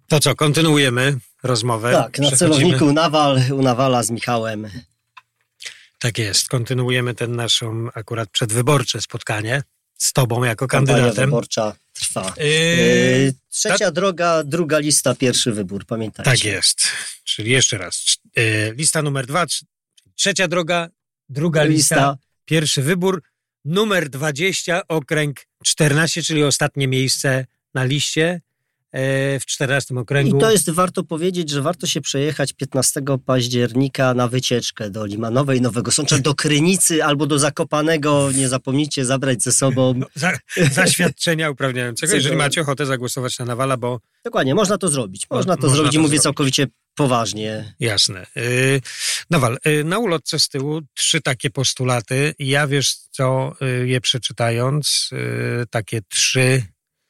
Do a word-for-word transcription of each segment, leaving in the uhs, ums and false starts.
To co, kontynuujemy rozmowę? Tak, na celowniku Nawal, u Nawala z Michałem. Tak jest, kontynuujemy ten naszą akurat przedwyborcze spotkanie z tobą jako Kampania kandydatem. wyborcza trwa. Yy, yy, trzecia ta... droga, druga lista, pierwszy wybór, pamiętajcie. Tak jest, czyli jeszcze raz. Yy, lista numer dwa, trzecia droga, druga lista, lista, pierwszy wybór, numer dwadzieścia, okręg czternaście, czyli ostatnie miejsce na liście w czternastym okręgu. I to jest, warto powiedzieć, że warto się przejechać piętnastego października na wycieczkę do Limanowej, Nowego Sącza, do Krynicy albo do Zakopanego. Nie zapomnijcie zabrać ze sobą no, za, zaświadczenia uprawniającego, jeżeli macie ochotę zagłosować na Nawala, bo... Dokładnie, można to zrobić. Można to można zrobić i mówię zrobić. Całkowicie poważnie. Jasne. Yy, Nawal, yy, na ulotce z tyłu trzy takie postulaty. Ja wiesz co, yy, je przeczytając, yy, takie trzy...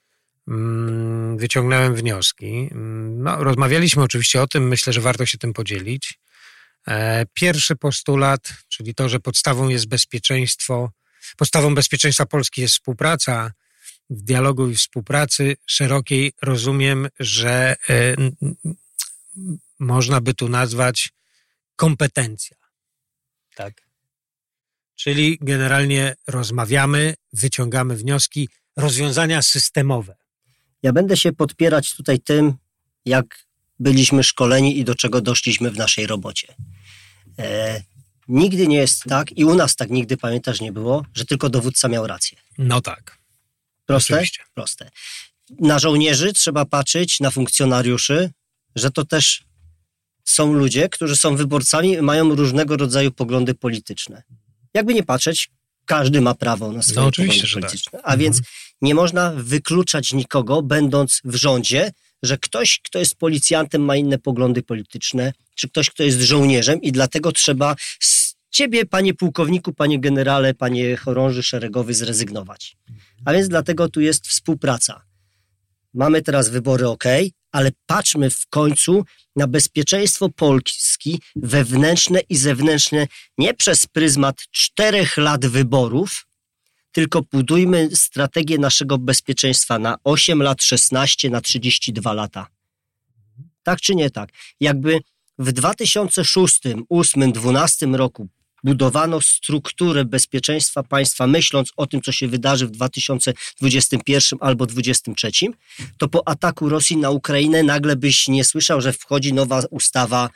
wyciągnąłem wnioski. No, rozmawialiśmy oczywiście o tym, myślę, że warto się tym podzielić. Pierwszy postulat, czyli to, że podstawą jest bezpieczeństwo, podstawą bezpieczeństwa Polski jest współpraca. W dialogu i współpracy szerokiej rozumiem, że y, można by tu nazwać kompetencja. Tak. Czyli generalnie rozmawiamy, wyciągamy wnioski, rozwiązania systemowe. Ja będę się podpierać tutaj tym, jak byliśmy szkoleni i do czego doszliśmy w naszej robocie. E, nigdy nie jest tak, i u nas tak nigdy, pamiętasz, nie było, że tylko dowódca miał rację. No tak. Proste? Oczywiście. Proste. Na żołnierzy trzeba patrzeć, na funkcjonariuszy, że to też są ludzie, którzy są wyborcami i mają różnego rodzaju poglądy polityczne. Jakby nie patrzeć, każdy ma prawo na swoje no, oczywiście, poglądy polityczne. Tak. A mhm. więc nie można wykluczać nikogo, będąc w rządzie, że ktoś, kto jest policjantem, ma inne poglądy polityczne, czy ktoś, kto jest żołnierzem i dlatego trzeba z ciebie, panie pułkowniku, panie generale, panie chorąży szeregowy, zrezygnować. A więc dlatego tu jest współpraca. Mamy teraz wybory, ok, ale patrzmy w końcu na bezpieczeństwo Polski wewnętrzne i zewnętrzne nie przez pryzmat czterech lat wyborów, tylko budujmy strategię naszego bezpieczeństwa na osiem lat, szesnaście, na trzydzieści dwa lata. Tak czy nie tak? Jakby w dwa tysiące szóstym, ósmym, dwunastym roku budowano strukturę bezpieczeństwa państwa, myśląc o tym, co się wydarzy w dwa tysiące dwudziestym pierwszym albo dwudziestym trzecim, to po ataku Rosji na Ukrainę nagle byś nie słyszał, że wchodzi nowa ustawa,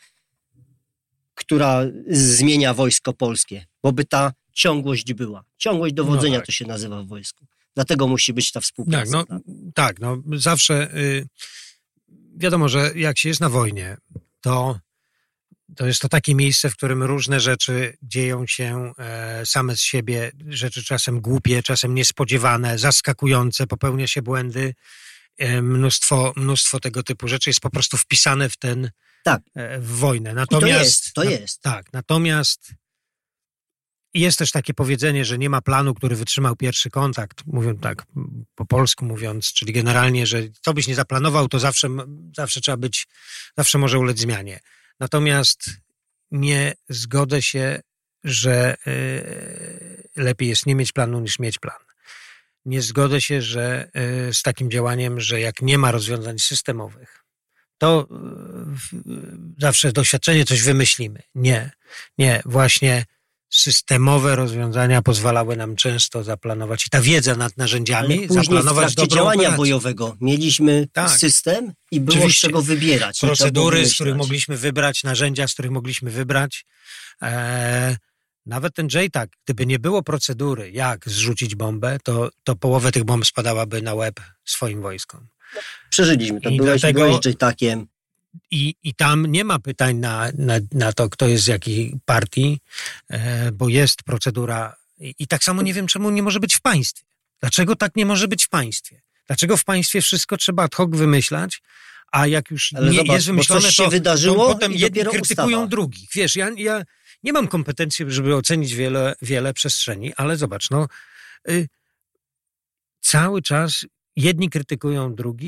która zmienia wojsko polskie, bo by ta ciągłość była. Ciągłość dowodzenia no tak. To się nazywa w wojsku. Dlatego musi być ta współpraca. Tak, no, tak? tak, no zawsze y, wiadomo, że jak się jest na wojnie, to To jest to takie miejsce, w którym różne rzeczy dzieją się e, same z siebie, rzeczy czasem głupie, czasem niespodziewane, zaskakujące, popełnia się błędy. E, mnóstwo, mnóstwo tego typu rzeczy jest po prostu wpisane w ten tak. e, w wojnę. Natomiast, I to jest, to jest. Na, tak, natomiast jest też takie powiedzenie, że nie ma planu, który wytrzymał pierwszy kontakt, mówiąc tak, po polsku mówiąc, czyli generalnie, że co byś nie zaplanował, to zawsze, zawsze trzeba być, zawsze może ulec zmianie. Natomiast nie zgodzę się, że y, lepiej jest nie mieć planu niż mieć plan. Nie zgodzę się, że y, z takim działaniem, że jak nie ma rozwiązań systemowych, to y, zawsze doświadczenie coś wymyślimy. Nie, nie, właśnie systemowe rozwiązania pozwalały nam często zaplanować i ta wiedza nad narzędziami ale później zaplanować w trakcie działania operację. bojowego mieliśmy tak. system i było Oczywiście. z czego wybierać. Procedury, z których mogliśmy wybrać, narzędzia, z których mogliśmy wybrać. Eee, nawet ten J TAG, gdyby nie było procedury, jak zrzucić bombę, to, to połowę tych bomb spadałaby na łeb swoim wojskom. No, przeżyliśmy to, I byłeś, dlatego... byłeś J TAGiem. I, I tam nie ma pytań na, na, na to, kto jest z jakiej partii, e, bo jest procedura. I, I tak samo nie wiem, czemu nie może być w państwie. Dlaczego tak nie może być w państwie? Dlaczego w państwie wszystko trzeba ad hoc wymyślać, a jak już Ale nie zobacz, jest wymyślone, się to, wydarzyło to potem i jedni dopiero krytykują ustawa. drugich. Wiesz, ja, ja nie mam kompetencji, żeby ocenić wiele, wiele przestrzeni, ale zobacz, no y, cały czas jedni krytykują drugich,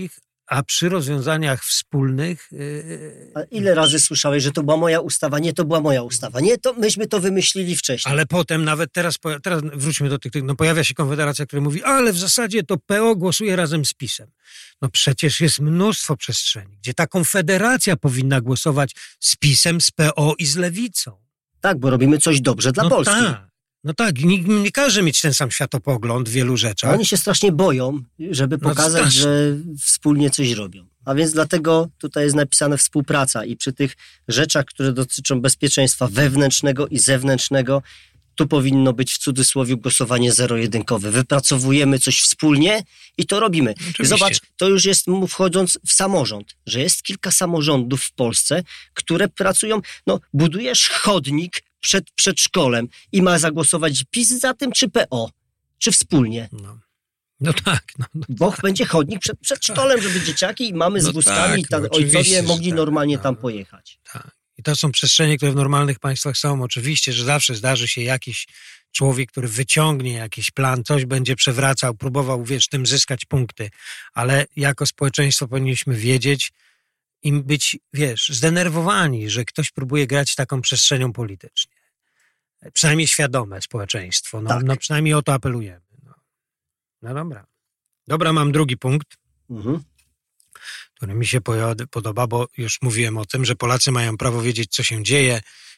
A przy rozwiązaniach wspólnych... Yy... A ile razy słyszałeś, że to była moja ustawa? Nie, to była moja ustawa. Nie, to myśmy to wymyślili wcześniej. Ale potem nawet teraz, teraz wróćmy do tych, no pojawia się Konfederacja, która mówi, ale w zasadzie to P O głosuje razem z PiS-em. No przecież jest mnóstwo przestrzeni, gdzie ta Konfederacja powinna głosować z PiS-em, z P O i z Lewicą. Tak, bo robimy coś dobrze dla no Polski. Tak. No tak, nikt nie każe mieć ten sam światopogląd w wielu rzeczach. Oni się strasznie boją, żeby pokazać, no że wspólnie coś robią. A więc dlatego tutaj jest napisane współpraca i przy tych rzeczach, które dotyczą bezpieczeństwa wewnętrznego i zewnętrznego, tu powinno być w cudzysłowie głosowanie zero-jedynkowe. Wypracowujemy coś wspólnie i to robimy. Oczywiście. Zobacz, to już jest wchodząc w samorząd, że jest kilka samorządów w Polsce, które pracują, no budujesz chodnik przed przedszkolem i ma zagłosować PiS za tym, czy P O, czy wspólnie. No, no tak. No, no Bo tak. będzie chodnik przed przedszkolem, żeby dzieciaki i mamy z no wózkami tak, i no ojcowie mogli tak, normalnie no, tam pojechać. Tak. I to są przestrzenie, które w normalnych państwach są. Oczywiście, że zawsze zdarzy się jakiś człowiek, który wyciągnie jakiś plan, coś będzie przewracał, próbował, wiesz, tym zyskać punkty. Ale jako społeczeństwo powinniśmy wiedzieć i być, wiesz, zdenerwowani, że ktoś próbuje grać taką przestrzenią politycznie. Przynajmniej świadome społeczeństwo. No, tak. no przynajmniej o to apelujemy. No, no dobra. Dobra, mam drugi punkt. Mhm. Który mi się podoba, bo już mówiłem o tym, że Polacy mają prawo wiedzieć, co się dzieje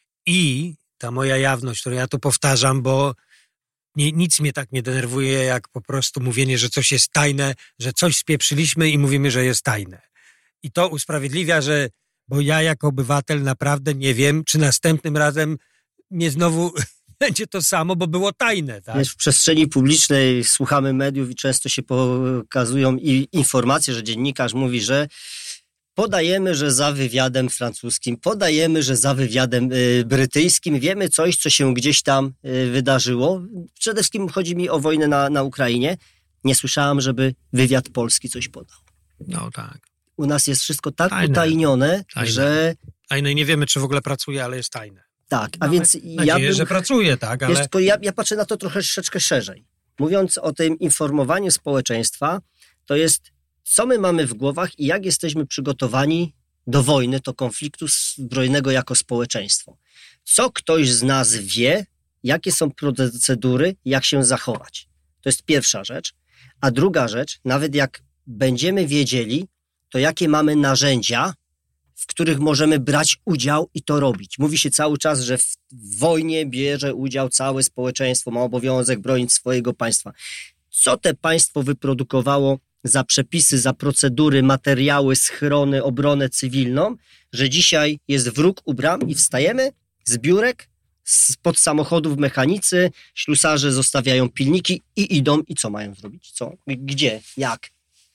i ta moja jawność, którą ja tu powtarzam, bo nie, nic mnie tak nie denerwuje, jak po prostu mówienie, że coś jest tajne, że coś spieprzyliśmy i mówimy, że jest tajne. I to usprawiedliwia, że, bo ja jako obywatel naprawdę nie wiem, czy następnym razem nie znowu będzie to samo, bo było tajne. Tak? Wiesz, w przestrzeni publicznej słuchamy mediów i często się pokazują i informacje, że dziennikarz mówi, że podajemy, że za wywiadem francuskim, podajemy, że za wywiadem y, brytyjskim wiemy coś, co się gdzieś tam y, wydarzyło. Przede wszystkim chodzi mi o wojnę na, na Ukrainie. Nie słyszałam, żeby wywiad polski coś podał. No tak. U nas jest wszystko tak tajne. utajnione, tajne. że... Tajne i nie wiemy, czy w ogóle pracuje, ale jest tajne. Tak, a Mamy więc nadzieję, ja bym... że pracuje, tak, ale... Wiesz, tylko ja, ja patrzę na to trochę troszeczkę szerzej. Mówiąc o tym informowaniu społeczeństwa, to jest, co my mamy w głowach i jak jesteśmy przygotowani do wojny, do konfliktu zbrojnego jako społeczeństwo. Co ktoś z nas wie, jakie są procedury, jak się zachować. To jest pierwsza rzecz. A druga rzecz, nawet jak będziemy wiedzieli, to jakie mamy narzędzia, w których możemy brać udział i to robić. Mówi się cały czas, że w wojnie bierze udział całe społeczeństwo, ma obowiązek bronić swojego państwa. Co te państwo wyprodukowało za przepisy, za procedury, materiały, schrony, obronę cywilną, że dzisiaj jest wróg u bram i wstajemy z biurek, spod samochodów mechanicy, ślusarze zostawiają pilniki i idą i co mają zrobić? Co? Gdzie? Jak?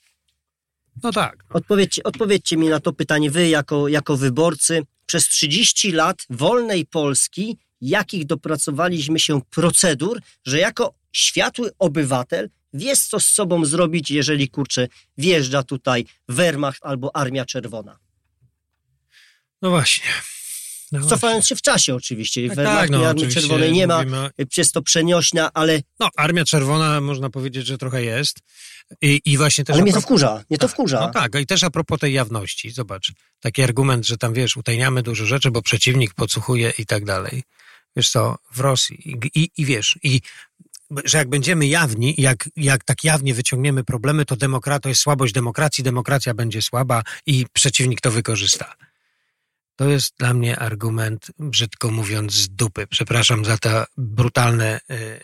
No tak. No. Odpowiedzcie, odpowiedzcie mi na to pytanie, wy jako, jako wyborcy, przez trzydzieści lat wolnej Polski, jakich dopracowaliśmy się procedur, że jako światły obywatel wiesz, co z sobą zrobić, jeżeli, kurczę, wjeżdża tutaj Wehrmacht albo Armia Czerwona. No właśnie. No Cofając właśnie. się w czasie oczywiście. Tak, Wehrmacht tak, no, i Armii Czerwonej nie mówimy... ma, przez to przeniośna, ale... No, Armia Czerwona można powiedzieć, że trochę jest. I, i właśnie też ale mnie propos... to wkurza, mnie to tak, wkurza. No tak, i też a propos tej jawności, zobacz, taki argument, że tam, wiesz, utajniamy dużo rzeczy, bo przeciwnik podsłuchuje i tak dalej. Wiesz co, w Rosji i, i, i wiesz, i że jak będziemy jawni, jak, jak tak jawnie wyciągniemy problemy, to demokra, to jest słabość demokracji, demokracja będzie słaba i przeciwnik to wykorzysta. To jest dla mnie argument, brzydko mówiąc, z dupy. Przepraszam za to brutalne,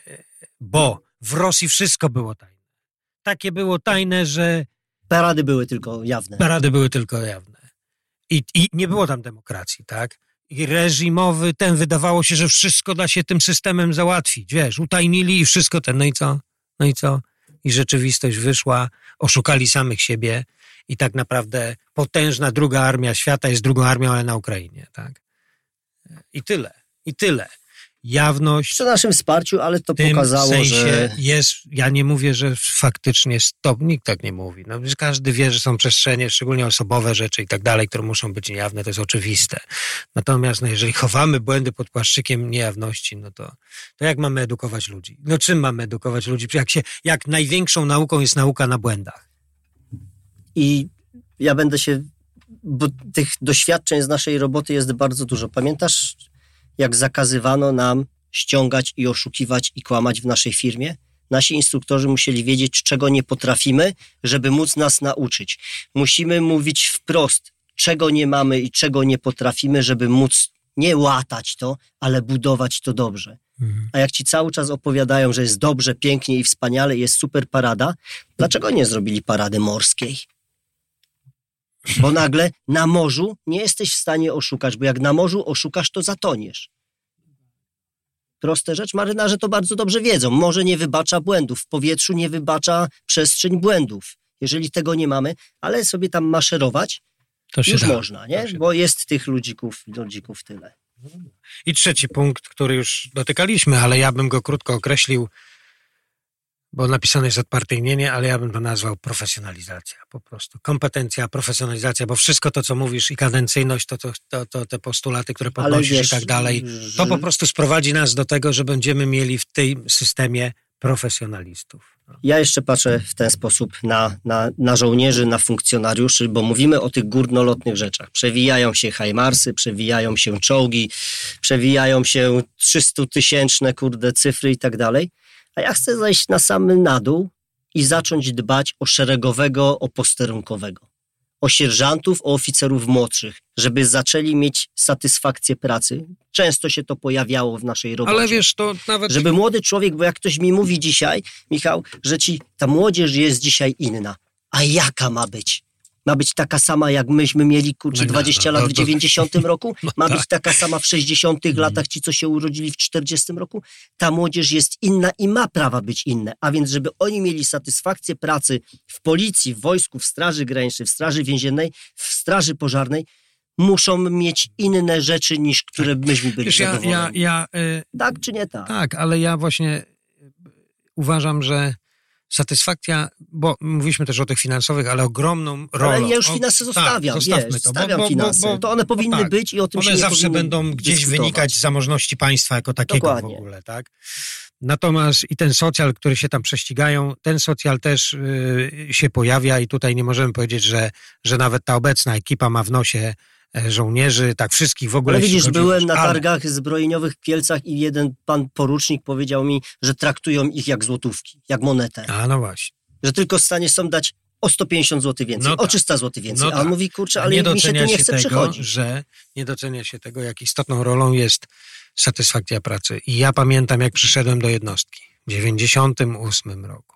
bo w Rosji wszystko było tajne. Takie było tajne, że... Parady były tylko jawne. Parady były tylko jawne. I, i nie było tam demokracji, tak? I reżimowy, ten wydawało się, że wszystko da się tym systemem załatwić. Wiesz, utajnili i wszystko ten. No i co? No i co? I rzeczywistość wyszła, oszukali samych siebie i tak naprawdę potężna druga armia świata jest drugą armią, ale na Ukrainie, tak? I tyle. I tyle. Jawność... Przy naszym wsparciu, ale to w tym pokazało, sensie że... jest, ja nie mówię, że faktycznie stop, nikt tak nie mówi. No, każdy wie, że są przestrzenie, szczególnie osobowe rzeczy i tak dalej, które muszą być niejawne, to jest oczywiste. Natomiast no, jeżeli chowamy błędy pod płaszczykiem niejawności, no to, to jak mamy edukować ludzi? No czym mamy edukować ludzi? Jak, się, jak największą nauką jest nauka na błędach. I ja będę się, bo tych doświadczeń z naszej roboty jest bardzo dużo. Pamiętasz, jak zakazywano nam ściągać i oszukiwać i kłamać w naszej firmie? Nasi instruktorzy musieli wiedzieć, czego nie potrafimy, żeby móc nas nauczyć. Musimy mówić wprost, czego nie mamy i czego nie potrafimy, żeby móc nie łatać to, ale budować to dobrze. Mhm. A jak ci cały czas opowiadają, że jest dobrze, pięknie i wspaniale, jest super parada, dlaczego nie zrobili parady morskiej? Bo nagle na morzu nie jesteś w stanie oszukać, bo jak na morzu oszukasz, to zatoniesz. Proste rzecz, marynarze to bardzo dobrze wiedzą. Morze nie wybacza błędów, w powietrzu nie wybacza przestrzeń błędów. Jeżeli tego nie mamy, ale sobie tam maszerować, to już da. można, nie? Bo da. jest tych ludzików, ludzików tyle. I trzeci punkt, który już dotykaliśmy, ale ja bym go krótko określił, bo napisane jest odpartyjnienie, ale ja bym to nazwał profesjonalizacja po prostu. Kompetencja, profesjonalizacja, bo wszystko to, co mówisz i kadencyjność, to, to, to, to te postulaty, które podnosisz wiesz, i tak dalej, to po prostu sprowadzi nas do tego, że będziemy mieli w tym systemie profesjonalistów. No. Ja jeszcze patrzę w ten sposób na, na, na żołnierzy, na funkcjonariuszy, bo mówimy o tych górnolotnych rzeczach. Przewijają się hajmarsy, przewijają się czołgi, przewijają się trzystutysięczne, kurde, cyfry i tak dalej. A ja chcę zejść na sam na dół i zacząć dbać o szeregowego, o posterunkowego, o sierżantów, o oficerów młodszych, żeby zaczęli mieć satysfakcję pracy. Często się to pojawiało w naszej robocie. Ale wiesz, to nawet... Żeby młody człowiek, bo jak ktoś mi mówi dzisiaj, Michał, że ci ta młodzież jest dzisiaj inna. A jaka ma być? Ma być taka sama, jak myśmy mieli, kurczę, no, dwadzieścia no, lat w dziewięćdziesiątym roku? No, ma tak. być taka sama w sześćdziesiątych mm. latach, ci, co się urodzili w czterdziestym roku? Ta młodzież jest inna i ma prawa być inna. A więc, żeby oni mieli satysfakcję pracy w policji, w wojsku, w straży granicznej, w straży więziennej, w straży pożarnej, muszą mieć inne rzeczy, niż które tak. myśmy byli Wiesz, ja, ja, ja, y... Tak czy nie tak? Tak, ale ja właśnie uważam, że satysfakcja, bo mówiliśmy też o tych finansowych, ale ogromną rolą. Ale ja już finanse zostawiam, tak, zostawmy wiesz, to, zostawiam bo, bo, finanse. Bo, bo, to one powinny tak, być i o tym się nie One zawsze będą gdzieś dyskutować. Wynikać z zamożności państwa jako takiego Dokładnie. w ogóle, tak? Natomiast i ten socjal, który się tam prześcigają, ten socjal też yy, się pojawia i tutaj nie możemy powiedzieć, że, że nawet ta obecna ekipa ma w nosie żołnierzy, tak wszystkich w ogóle. Ale widzisz, byłem na targach ale... zbrojeniowych w Kielcach i jeden pan porucznik powiedział mi, że traktują ich jak złotówki, jak monetę. A no właśnie. Że tylko w stanie są dać o sto pięćdziesiąt złotych więcej, no tak. o trzysta złotych więcej. No a on tak. mówi, kurczę, ale mi się tu nie chce przechodzić. Że nie docenia się tego, jak istotną rolą jest satysfakcja pracy. I ja pamiętam, jak przyszedłem do jednostki w dziewięćdziesiątym ósmym roku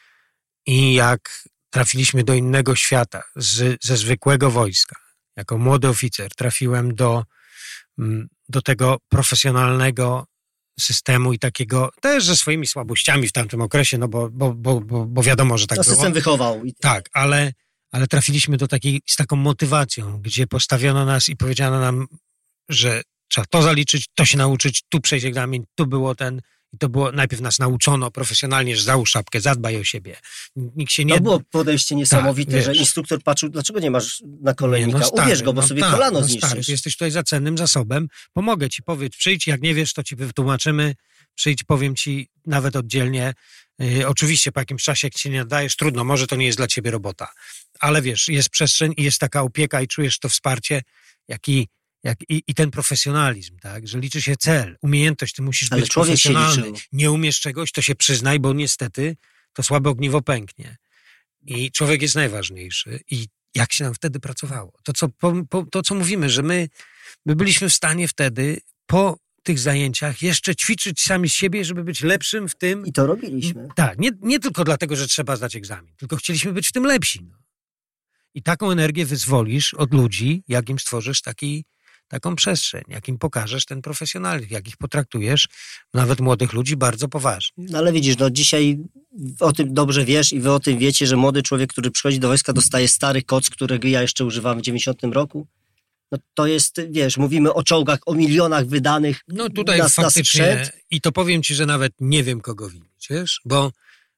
i jak trafiliśmy do innego świata, z, ze zwykłego wojska. Jako młody oficer trafiłem do, do tego profesjonalnego systemu i takiego, też ze swoimi słabościami w tamtym okresie, no bo, bo, bo, bo, bo wiadomo, że tak to było. System wychował. Tak, ale, ale trafiliśmy do takiej, z taką motywacją, gdzie postawiono nas i powiedziano nam, że trzeba to zaliczyć, to się nauczyć, tu przejść egzamin, tu było ten... I to było, najpierw nas nauczono profesjonalnie, że załóż szapkę, zadbaj o siebie. Nikt się nie... To było podejście niesamowite, tak, że instruktor patrzył, dlaczego nie masz nakolejnika? Nie, no stary, Ubierz go, bo no sobie tak, kolano no zniszczysz. Stary, jesteś tutaj za cennym zasobem, pomogę ci, powiedz, przyjdź, jak nie wiesz, to ci wytłumaczymy, przyjdź, powiem ci nawet oddzielnie. Yy, oczywiście po jakimś czasie, jak ci nie nadajesz, trudno, może to nie jest dla ciebie robota. Ale wiesz, jest przestrzeń i jest taka opieka i czujesz to wsparcie, jaki Jak i, i ten profesjonalizm, tak, że liczy się cel, umiejętność, ty musisz Ale być profesjonalny. Się nie umiesz czegoś, to się przyznaj, bo niestety to słabe ogniwo pęknie. I człowiek jest najważniejszy. I jak się nam wtedy pracowało? To, co, po, po, to, co mówimy, że my, my byliśmy w stanie wtedy po tych zajęciach jeszcze ćwiczyć sami z siebie, żeby być lepszym w tym. I to robiliśmy. Tak, nie, nie tylko dlatego, że trzeba zdać egzamin, tylko chcieliśmy być w tym lepsi. No. I taką energię wyzwolisz od ludzi, jak im stworzysz taki taką przestrzeń, jak im pokażesz ten profesjonalizm, jak ich potraktujesz, nawet młodych ludzi, bardzo poważnie. No ale widzisz, no dzisiaj o tym dobrze wiesz i wy o tym wiecie, że młody człowiek, który przychodzi do wojska, dostaje stary koc, którego ja jeszcze używam w dziewięćdziesiątym roku. No to jest, wiesz, mówimy o czołgach, o milionach wydanych. No tutaj na, faktycznie, na i to powiem ci, że nawet nie wiem, kogo winić, wiesz, bo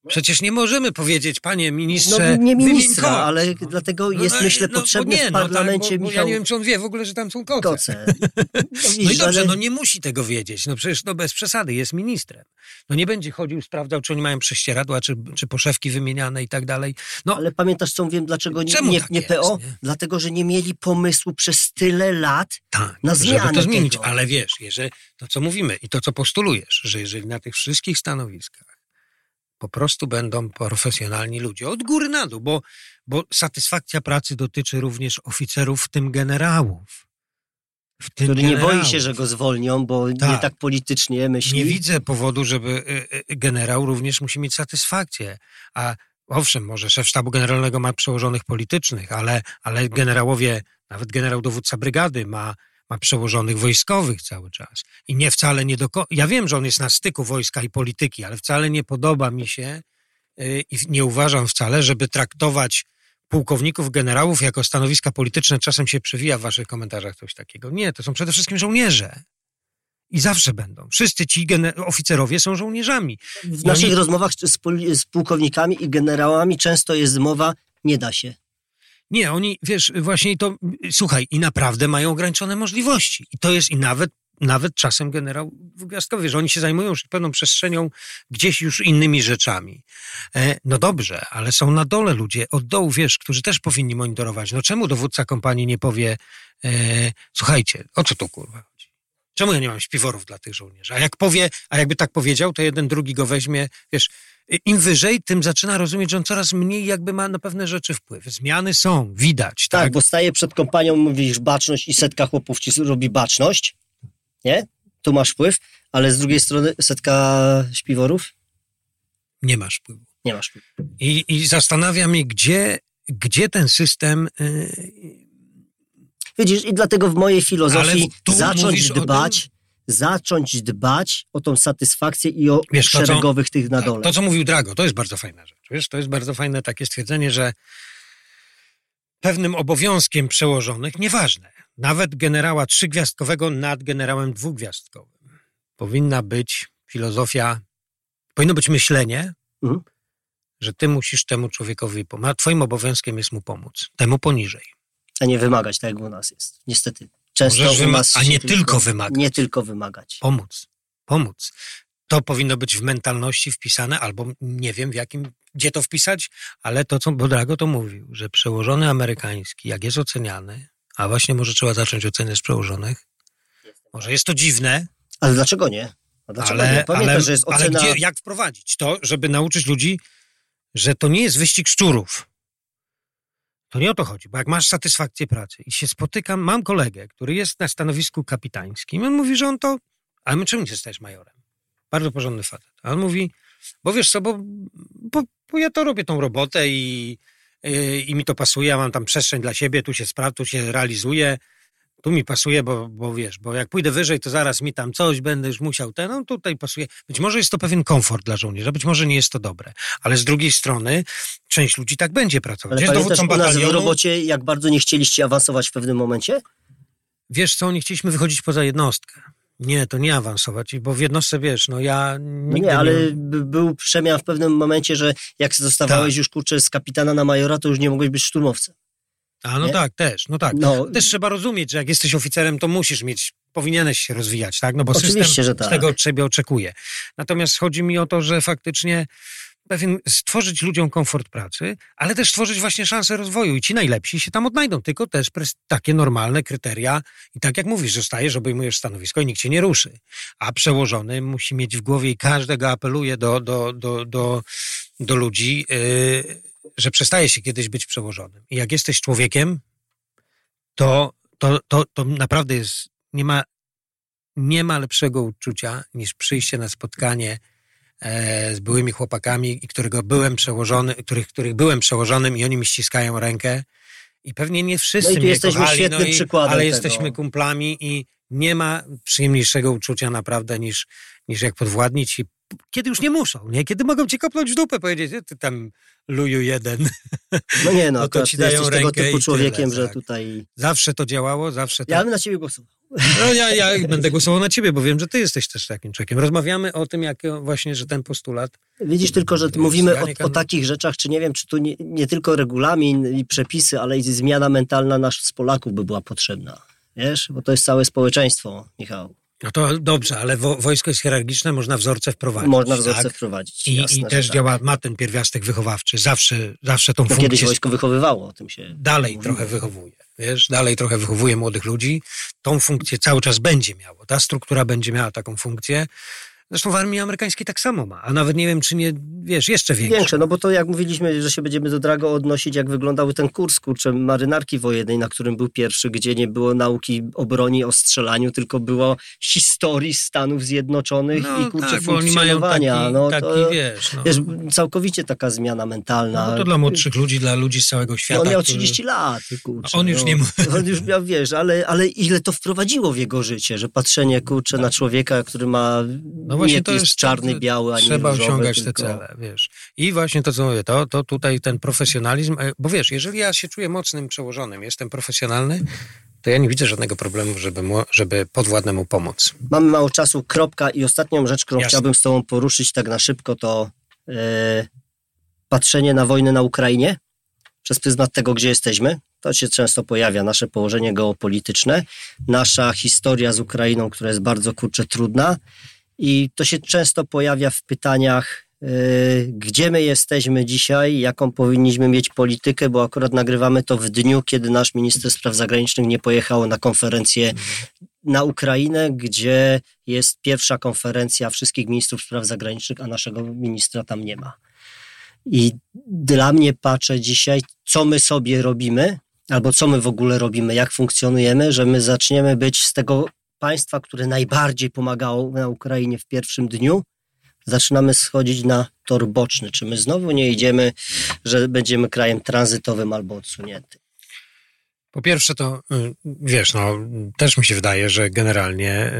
Przecież nie możemy powiedzieć, panie ministrze, No nie ministra, wymień ale kogoś, no. dlatego No, jest, no, myślę, no, potrzebny nie, w no, parlamencie tak, bo, bo Michał... Ja nie wiem, czy on wie w ogóle, że tam są koce. koce. No, No widzisz, i dobrze, ale... no nie musi tego wiedzieć. No przecież no bez przesady, jest ministrem. No nie będzie chodził, sprawdzał, czy oni mają prześcieradła, czy, czy poszewki wymieniane i tak dalej. No, Ale pamiętasz, co mówiłem, dlaczego nie, Czemu nie, tak nie jest, P O? nie? Dlatego, że nie mieli pomysłu przez tyle lat tak, na zmianę żeby to zmienić. tego. Ale wiesz, jeżeli, to co mówimy i to co postulujesz, że jeżeli na tych wszystkich stanowiskach po prostu będą profesjonalni ludzie, od góry na dół, bo, bo satysfakcja pracy dotyczy również oficerów, w tym generałów. W tym Który nie generałów. boi się, że go zwolnią, bo Tak. nie tak politycznie myśli. Nie widzę powodu, żeby y, y, generał również musi mieć satysfakcję. A owszem, może szef sztabu generalnego ma przełożonych politycznych, ale, ale generałowie, nawet generał dowódca brygady ma, ma przełożonych wojskowych cały czas. I nie wcale nie do... Ja wiem, że on jest na styku wojska i polityki, ale wcale nie podoba mi się y, i nie uważam wcale, żeby traktować pułkowników, generałów jako stanowiska polityczne. Czasem się przewija w waszych komentarzach coś takiego. Nie, to są przede wszystkim żołnierze. I zawsze będą. Wszyscy ci gener- oficerowie są żołnierzami. W I naszych oni... rozmowach z, poli- z pułkownikami i generałami często jest mowa, nie da się. Nie, oni, wiesz, właśnie to, słuchaj, i naprawdę mają ograniczone możliwości. I to jest i nawet, nawet czasem generał dwugwiazdkowy, że oni się zajmują już pewną przestrzenią gdzieś już innymi rzeczami. E, no dobrze, ale są na dole ludzie, od dołu, wiesz, którzy też powinni monitorować. No czemu dowódca kompanii nie powie, e, słuchajcie, o co tu kurwa chodzi? Czemu ja nie mam śpiworów dla tych żołnierzy? A jak powie, a jakby tak powiedział, to jeden drugi go weźmie, wiesz, im wyżej, tym zaczyna rozumieć, że on coraz mniej jakby ma na pewne rzeczy wpływ. Zmiany są, widać, tak? Tak, bo staje przed kompanią, mówisz baczność i setka chłopów ci robi baczność, nie? Tu masz wpływ, ale z drugiej strony setka śpiworów? Nie masz wpływu. Nie masz wpływu. I, i zastanawia mnie, gdzie, gdzie ten system... Yy... Widzisz, i dlatego w mojej filozofii tu zacząć dbać, tym... zacząć dbać o tą satysfakcję i o Wiesz, to, szeregowych co, tych na dole. To, co mówił Drago, to jest bardzo fajna rzecz. Wiesz, to jest bardzo fajne takie stwierdzenie, że pewnym obowiązkiem przełożonych, nieważne, nawet generała trzygwiazdkowego nad generałem dwugwiazdkowym, powinna być filozofia, powinno być myślenie, mhm. że ty musisz temu człowiekowi pomóc. Twoim obowiązkiem jest mu pomóc, temu poniżej. A nie wymagać, tak jak u nas jest. Niestety. Często wyma- u nas a nie tylko, tylko wymagać. Nie tylko wymagać. Pomóc. Pomóc. To powinno być w mentalności wpisane, albo nie wiem w jakim, gdzie to wpisać, ale to, co Bodrago to mówił, że przełożony amerykański, jak jest oceniany, a właśnie może trzeba zacząć oceniać z przełożonych, może jest to dziwne. Ale dlaczego nie? A dlaczego ale, nie? Pamiętaj, ale, że jest ocena... ale gdzie, jak wprowadzić to, żeby nauczyć ludzi, że to nie jest wyścig szczurów. To nie o to chodzi, bo jak masz satysfakcję pracy i się spotykam, mam kolegę, który jest na stanowisku kapitańskim, on mówi, że on to, ale my czemu nie zostajesz majorem? Bardzo porządny facet. A on mówi, bo wiesz co, bo, bo, bo ja to robię tą robotę i, i, i mi to pasuje, ja mam tam przestrzeń dla siebie, tu się sprawdza, tu się realizuję, tu mi pasuje, bo, bo wiesz, bo jak pójdę wyżej, to zaraz mi tam coś będę już musiał, ten, no tutaj pasuje. Być może jest to pewien komfort dla żołnierza, być może nie jest to dobre, ale z drugiej strony część ludzi tak będzie pracować. Ale jest pamiętasz dowódcą u nas batalionu, w robocie, jak bardzo nie chcieliście awansować w pewnym momencie? Wiesz co, nie chcieliśmy wychodzić poza jednostkę. Nie, to nie awansować, bo w jednostce, wiesz, no ja No nigdy nie, ale nie... był przemian w pewnym momencie, że jak zostawałeś tak. już, kurczę, z kapitana na majora, to już nie mogłeś być szturmowcem. A no nie? tak, też, no tak. No. Też trzeba rozumieć, że jak jesteś oficerem, to musisz mieć, powinieneś się rozwijać, tak? No bo Oczywiście, system że tak. z tego od ciebie oczekuje. Natomiast chodzi mi o to, że faktycznie pewien, stworzyć ludziom komfort pracy, ale też stworzyć właśnie szansę rozwoju i ci najlepsi się tam odnajdą, tylko też pres, takie normalne kryteria i tak jak mówisz, zostajesz, obejmujesz stanowisko i nikt cię nie ruszy. A przełożony musi mieć w głowie i każdego apeluje do, do, do, do, do ludzi, yy, że przestaje się kiedyś być przełożonym. I jak jesteś człowiekiem, to, to, to, to naprawdę jest, nie ma, nie ma lepszego uczucia niż przyjście na spotkanie z byłymi chłopakami, którego byłem przełożony, których, których byłem przełożonym i oni mi ściskają rękę i pewnie nie wszyscy no mnie jesteśmy kochali, świetnym no i, przykładem ale tego. jesteśmy kumplami i nie ma przyjemniejszego uczucia naprawdę niż, niż jak podwładni ci, kiedy już nie muszą, nie? Kiedy mogą ci kopnąć w dupę, powiedzieć, ty tam luju jeden. No nie, no, no to ci ty dają jesteś rękę tego typu i człowiekiem, tyle, że tak. tutaj... Zawsze to działało, zawsze to... Ja bym na ciebie głosował. No ja, ja będę głosował na ciebie, bo wiem, że ty jesteś też takim człowiekiem. Rozmawiamy o tym, jak właśnie, że ten postulat... Widzisz tylko, że mówimy o, o takich rzeczach, czy nie wiem, czy tu nie, nie tylko regulamin i przepisy, ale i zmiana mentalna nas z Polaków by była potrzebna. Wiesz? Bo to jest całe społeczeństwo, Michał. No to dobrze, ale wo, wojsko jest hierarchiczne, można wzorce wprowadzić. Można wzorce tak? wprowadzić. I, jasne, i też tak. działa, ma ten pierwiastek wychowawczy. Zawsze, zawsze tą no funkcję... Kiedyś wojsko wychowywało, o tym się... Dalej mówiło. trochę wychowuje. Wiesz, dalej trochę wychowuje młodych ludzi. Tą funkcję cały czas będzie miało. Ta struktura będzie miała taką funkcję. Zresztą w armii amerykańskiej tak samo ma. A nawet nie wiem, czy nie, wiesz, jeszcze większe. Większe, no bo to jak mówiliśmy, że się będziemy do Drago odnosić, jak wyglądał ten kurs, kurczę, marynarki wojennej, na którym był pierwszy, gdzie nie było nauki o broni, o strzelaniu, tylko było historii Stanów Zjednoczonych no, i kurczę tak, bo oni mają funkcjonowania. taki, no, taki to, wiesz, no. wiesz, całkowicie taka zmiana mentalna. No to dla młodszych ludzi, dla ludzi z całego świata. No, on miał którzy... trzydzieści lat, kurczę. On już no, nie mógł. On już miał, wiesz, ale, ale ile to wprowadziło w jego życie, że patrzenie, kurczę, tak. na człowieka, który ma no właśnie nie to jest jest czarny, biały, ani trzeba różowy, osiągać tylko... te cele, wiesz. I właśnie to, co mówię, to, to tutaj ten profesjonalizm, bo wiesz, jeżeli ja się czuję mocnym przełożonym, jestem profesjonalny, to ja nie widzę żadnego problemu, żeby, mu, żeby podwładnemu pomóc. Mamy mało czasu, kropka. I ostatnią rzecz, którą Jasne. chciałbym z tobą poruszyć tak na szybko, to yy, patrzenie na wojnę na Ukrainie przez pryzmat tego, gdzie jesteśmy. To się często pojawia, nasze położenie geopolityczne, nasza historia z Ukrainą, która jest bardzo, kurczę, trudna. I to się często pojawia w pytaniach, yy, gdzie my jesteśmy dzisiaj, jaką powinniśmy mieć politykę, bo akurat nagrywamy to w dniu, kiedy nasz minister spraw zagranicznych nie pojechał na konferencję mhm. na Ukrainę, gdzie jest pierwsza konferencja wszystkich ministrów spraw zagranicznych, a naszego ministra tam nie ma. I dla mnie patrzę dzisiaj, co my sobie robimy, albo co my w ogóle robimy, jak funkcjonujemy, że my zaczniemy być z tego państwa, które najbardziej pomagało na Ukrainie w pierwszym dniu, zaczynamy schodzić na tor boczny. Czy my znowu nie idziemy, że będziemy krajem tranzytowym albo odsuniętym? Po pierwsze to, wiesz, no też mi się wydaje, że generalnie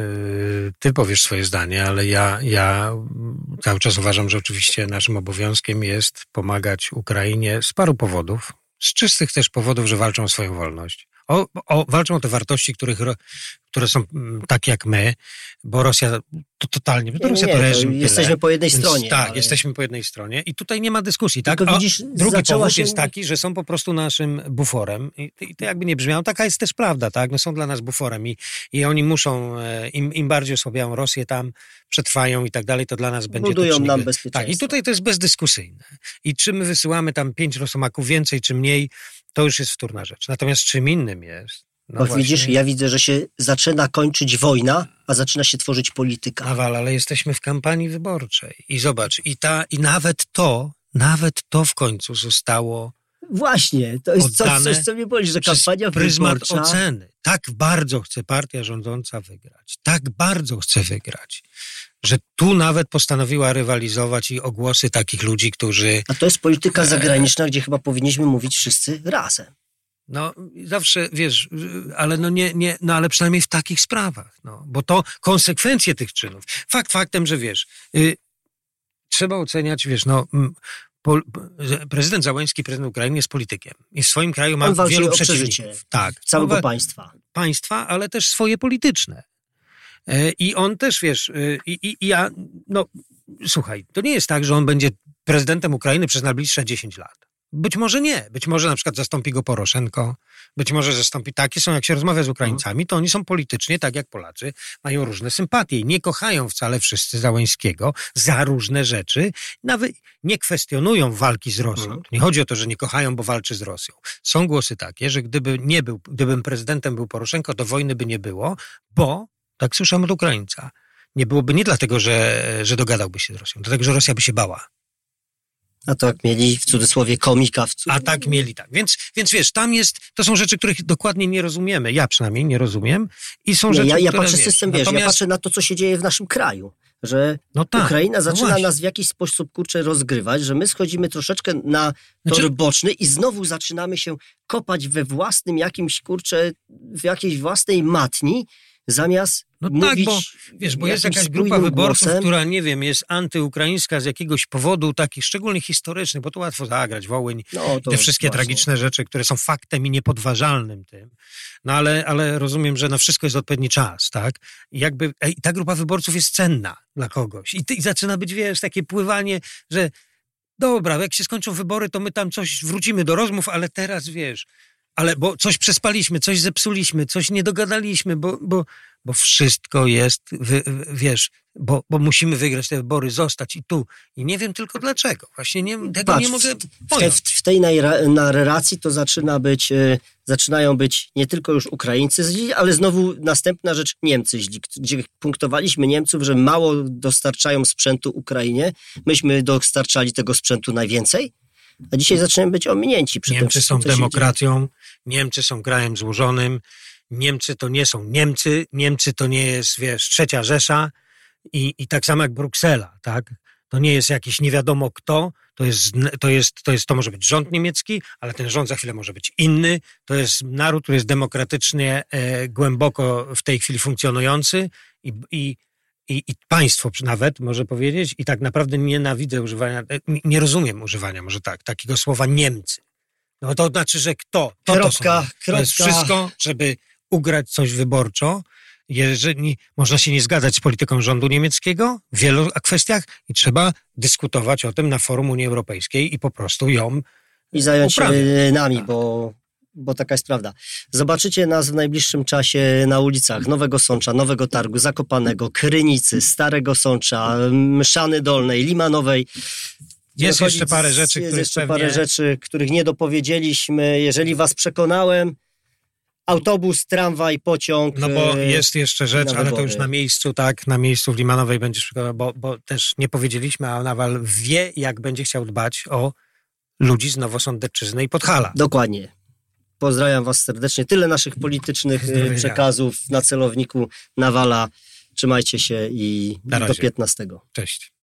ty powiesz swoje zdanie, ale ja, ja cały czas uważam, że oczywiście naszym obowiązkiem jest pomagać Ukrainie z paru powodów, z czystych też powodów, że walczą o swoją wolność. O, o, walczą o te wartości, których, które są takie jak my, bo Rosja to totalnie, to Rosja nie, to reżim. Jesteśmy tyle. po jednej Więc, stronie. Tak, ale... jesteśmy po jednej stronie i tutaj nie ma dyskusji. Tak? Tylko widzisz, drugi powód się... jest taki, że są po prostu naszym buforem i, i to jakby nie brzmiało, taka jest też prawda, tak? No są dla nas buforem i, i oni muszą, im, im bardziej osłabiają Rosję tam, przetrwają i tak dalej, to dla nas będzie... Budują to nam bezpieczeństwo. Tak, i tutaj to jest bezdyskusyjne. I czy my wysyłamy tam pięć rosomaków więcej, czy mniej, to już jest wtórna rzecz. Natomiast czym innym jest... No Bo widzisz, ja widzę, że się zaczyna kończyć wojna, a zaczyna się tworzyć polityka. Nawal, ale jesteśmy w kampanii wyborczej. I zobacz, i, ta, i nawet to, nawet to w końcu zostało Właśnie, to jest coś, coś, co mnie boli, że kampania pryzmat wyborcza... oceny. Tak bardzo chce partia rządząca wygrać. Tak bardzo chce wygrać, że tu nawet postanowiła rywalizować i o głosy takich ludzi, którzy... A to jest polityka zagraniczna, gdzie chyba powinniśmy mówić wszyscy razem. No zawsze, wiesz, ale no nie, nie, no ale przynajmniej w takich sprawach, no, bo to konsekwencje tych czynów. Fakt faktem, że wiesz, y, trzeba oceniać, wiesz, no, po, prezydent Załęski, prezydent Ukrainy jest politykiem i w swoim kraju ma On wielu o przeciwników. Tak, całego no, państwa. Państwa, ale też swoje polityczne. Y, I on też, wiesz, y, i, i ja, no, słuchaj, to nie jest tak, że on będzie prezydentem Ukrainy przez najbliższe dziesięć lat. Być może nie. Być może na przykład zastąpi go Poroszenko. Być może zastąpi... Takie są, jak się rozmawia z Ukraińcami, to oni są politycznie, tak jak Polacy, mają różne sympatie i nie kochają wcale wszyscy Załęskiego za różne rzeczy. Nawet nie kwestionują walki z Rosją. Nie chodzi o to, że nie kochają, bo walczy z Rosją. Są głosy takie, że gdyby nie był, gdybym prezydentem był Poroszenko, to wojny by nie było, bo, tak słyszałem od Ukraińca, nie byłoby nie dlatego, że, że dogadałby się z Rosją, dlatego, że Rosja by się bała. A to jak mieli w cudzysłowie komika. W cudzysłowie. A tak mieli, tak. Więc, więc wiesz, tam jest, to są rzeczy, których dokładnie nie rozumiemy. Ja przynajmniej nie rozumiem. I są nie, rzeczy, ja, ja które, patrzę wiesz, system, wiesz, natomiast... ja patrzę na to, co się dzieje w naszym kraju. Że no tak, Ukraina zaczyna no nas w jakiś sposób, kurczę, rozgrywać, że my schodzimy troszeczkę na tor znaczy... boczny i znowu zaczynamy się kopać we własnym jakimś, kurczę, w jakiejś własnej matni, zamiast No mówić tak, bo, wiesz, bo jest jakaś grupa wyborców, głosem, która, nie wiem, jest antyukraińska z jakiegoś powodu takich szczególnie historycznych, bo to łatwo zagrać, Wołyń, no, te wszystkie właśnie. tragiczne rzeczy, które są faktem i niepodważalnym tym. No ale, ale rozumiem, że na wszystko jest odpowiedni czas, tak? I jakby ej, ta grupa wyborców jest cenna dla kogoś. I, ty, i zaczyna być, wiesz, takie pływanie, że dobra, jak się skończą wybory, to my tam coś wrócimy do rozmów, ale teraz, wiesz, ale bo coś przespaliśmy, coś zepsuliśmy, coś nie dogadaliśmy, bo, bo, bo wszystko jest, wy, wiesz, bo, bo musimy wygrać te wybory, zostać i tu. I nie wiem tylko dlaczego. Właśnie nie, tego Patrz, nie mogę pojąć. W, w tej narracji to zaczyna być, e, zaczynają być nie tylko już Ukraińcy źli, ale znowu następna rzecz, Niemcy źli, gdzie punktowaliśmy Niemców, że mało dostarczają sprzętu Ukrainie. Myśmy dostarczali tego sprzętu najwięcej. A dzisiaj zaczynamy być ominięci. Przy Niemcy tym, są demokracją, Niemcy są krajem złożonym, Niemcy to nie są Niemcy, Niemcy to nie jest, wiesz, trzecia Rzesza i, i tak samo jak Bruksela, tak? To nie jest jakiś nie wiadomo kto, to jest, to jest, to jest, to może być rząd niemiecki, ale ten rząd za chwilę może być inny, to jest naród, który jest demokratycznie e, głęboko w tej chwili funkcjonujący i, i I, I państwo nawet, może powiedzieć, i tak naprawdę nienawidzę używania, nie rozumiem używania, może tak, takiego słowa Niemcy. No to znaczy, że kto? To, kropka, to, są, kropka. To jest wszystko, żeby ugrać coś wyborczo. Jeżeli można się nie zgadzać z polityką rządu niemieckiego w wielu kwestiach i trzeba dyskutować o tym na forum Unii Europejskiej i po prostu ją I zająć uprawiać. się nami, bo... bo taka jest prawda. Zobaczycie nas w najbliższym czasie na ulicach Nowego Sącza, Nowego Targu, Zakopanego, Krynicy, Starego Sącza, Mszany Dolnej, Limanowej. Jest jeszcze parę rzeczy, jest których jeszcze pewnie... parę rzeczy, których nie dopowiedzieliśmy. Jeżeli was przekonałem, autobus, tramwaj, pociąg. No bo jest jeszcze rzecz, ale to już na miejscu, tak, na miejscu w Limanowej będziesz przekonał, bo, bo też nie powiedzieliśmy, a Nawal wie, jak będzie chciał dbać o ludzi z Nowosądecczyzny i Podhala. Dokładnie. Pozdrawiam was serdecznie. Tyle naszych politycznych Zdrowie przekazów na celowniku Nawala. Trzymajcie się i do piętnastego. Cześć.